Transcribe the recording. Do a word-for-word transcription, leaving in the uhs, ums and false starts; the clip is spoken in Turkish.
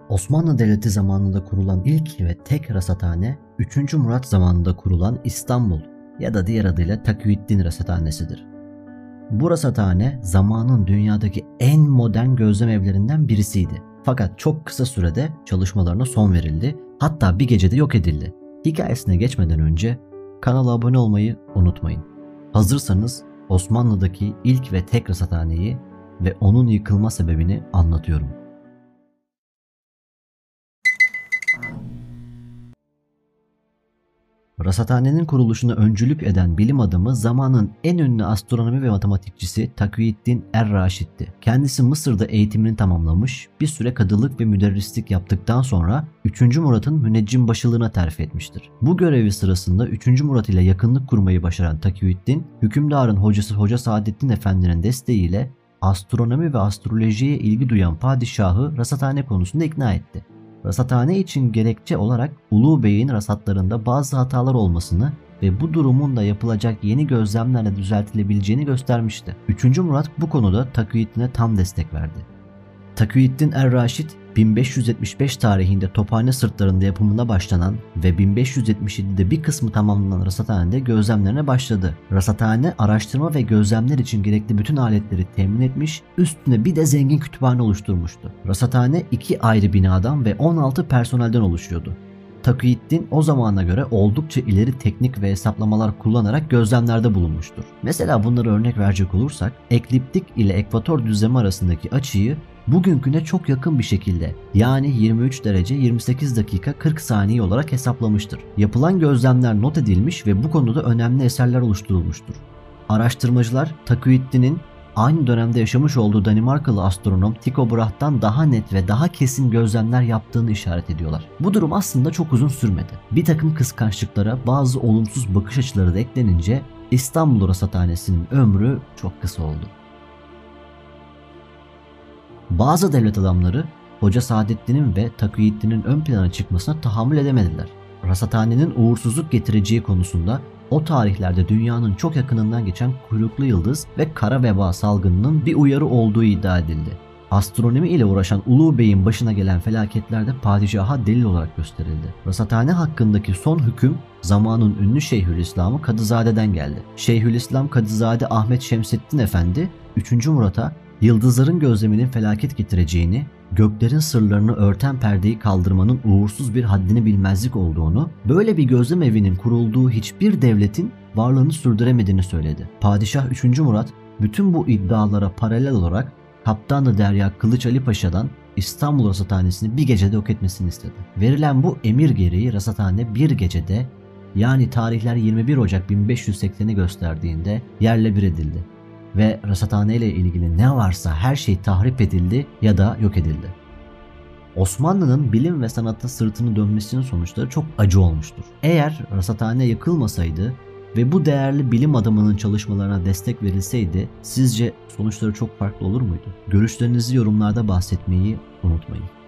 Osmanlı Devleti zamanında kurulan ilk ve tek rasathane üçüncü Murat zamanında kurulan İstanbul ya da diğer adıyla Takiyüddin Rasathanesi'dir. Bu rasathane zamanın dünyadaki en modern gözlem evlerinden birisiydi. Fakat çok kısa sürede çalışmalarına son verildi, hatta bir gecede yok edildi. Hikayesine geçmeden önce kanala abone olmayı unutmayın. Hazırsanız Osmanlı'daki ilk ve tek rasathaneyi ve onun yıkılma sebebini anlatıyorum. Rasathanenin kuruluşuna öncülük eden bilim adamı zamanın en ünlü astronomi ve matematikçisi Takiyüddin Er-Raşid'ti. Kendisi Mısır'da eğitimini tamamlamış, bir süre kadılık ve müderrislik yaptıktan sonra üçüncü Murat'ın müneccim başılığına terfi etmiştir. Bu görevi sırasında üçüncü Murat ile yakınlık kurmayı başaran Takiyüddin, hükümdarın hocası Hoca Saadettin Efendi'nin desteğiyle astronomi ve astrolojiye ilgi duyan padişahı rasathane konusunda ikna etti. Rasathane için gerekçe olarak Ulu Bey'in rasatlarında bazı hatalar olmasını ve bu durumun da yapılacak yeni gözlemlerle düzeltilebileceğini göstermişti. üçüncü Murat bu konuda Takiyüddin'e tam destek verdi. Takiyüddin Er-Raşid bin beş yüz yetmiş beş tarihinde Tophane Sırtları'nda yapımına başlanan ve bin beş yüz yetmiş yedide bir kısmı tamamlanan rasathanede gözlemlerine başladı. Rasathane araştırma ve gözlemler için gerekli bütün aletleri temin etmiş, üstüne bir de zengin kütüphane oluşturmuştu. Rasathane iki ayrı binadan ve on altı personelden oluşuyordu. Takiyüddin o zamana göre oldukça ileri teknik ve hesaplamalar kullanarak gözlemlerde bulunmuştur. Mesela bunları örnek verecek olursak, ekliptik ile ekvator düzlemi arasındaki açıyı bugünküne çok yakın bir şekilde, yani yirmi üç derece yirmi sekiz dakika kırk saniye olarak hesaplamıştır. Yapılan gözlemler not edilmiş ve bu konuda önemli eserler oluşturulmuştur. Araştırmacılar Takiyüddin'in aynı dönemde yaşamış olduğu Danimarkalı astronom Tycho Brahe'dan daha net ve daha kesin gözlemler yaptığını işaret ediyorlar. Bu durum aslında çok uzun sürmedi. Bir takım kıskançlıklara bazı olumsuz bakış açıları da eklenince İstanbul Rasathanesi'nin ömrü çok kısa oldu. Bazı devlet adamları Hoca Saadettin'in ve Takiyüddin'in ön plana çıkmasına tahammül edemediler. Rasathanenin uğursuzluk getireceği konusunda o tarihlerde dünyanın çok yakınından geçen kuyruklu yıldız ve kara veba salgınının bir uyarı olduğu iddia edildi. Astronomi ile uğraşan Ulu Bey'in başına gelen felaketlerde padişaha delil olarak gösterildi. Rasathane hakkındaki son hüküm zamanın ünlü Şeyhülislam'ı Kadızade'den geldi. Şeyhülislam Kadızade Ahmet Şemseddin Efendi üçüncü Murat'a yıldızların gözleminin felaket getireceğini, göklerin sırlarını örten perdeyi kaldırmanın uğursuz bir haddini bilmezlik olduğunu, böyle bir gözlem evinin kurulduğu hiçbir devletin varlığını sürdüremediğini söyledi. Padişah üçüncü Murat bütün bu iddialara paralel olarak Kaptanı Derya Kılıç Ali Paşa'dan İstanbul Rasathanesi'ni bir gecede yok etmesini istedi. Verilen bu emir gereği rasathane bir gecede, yani tarihler yirmi bir Ocak bin beş yüz sekseni gösterdiğinde yerle bir edildi ve rasathane ile ilgili ne varsa her şey tahrip edildi ya da yok edildi. Osmanlı'nın bilim ve sanatta sırtını dönmesinin sonuçları çok acı olmuştur. Eğer rasathane yakılmasaydı ve bu değerli bilim adamının çalışmalarına destek verilseydi sizce sonuçları çok farklı olur muydu? Görüşlerinizi yorumlarda bahsetmeyi unutmayın.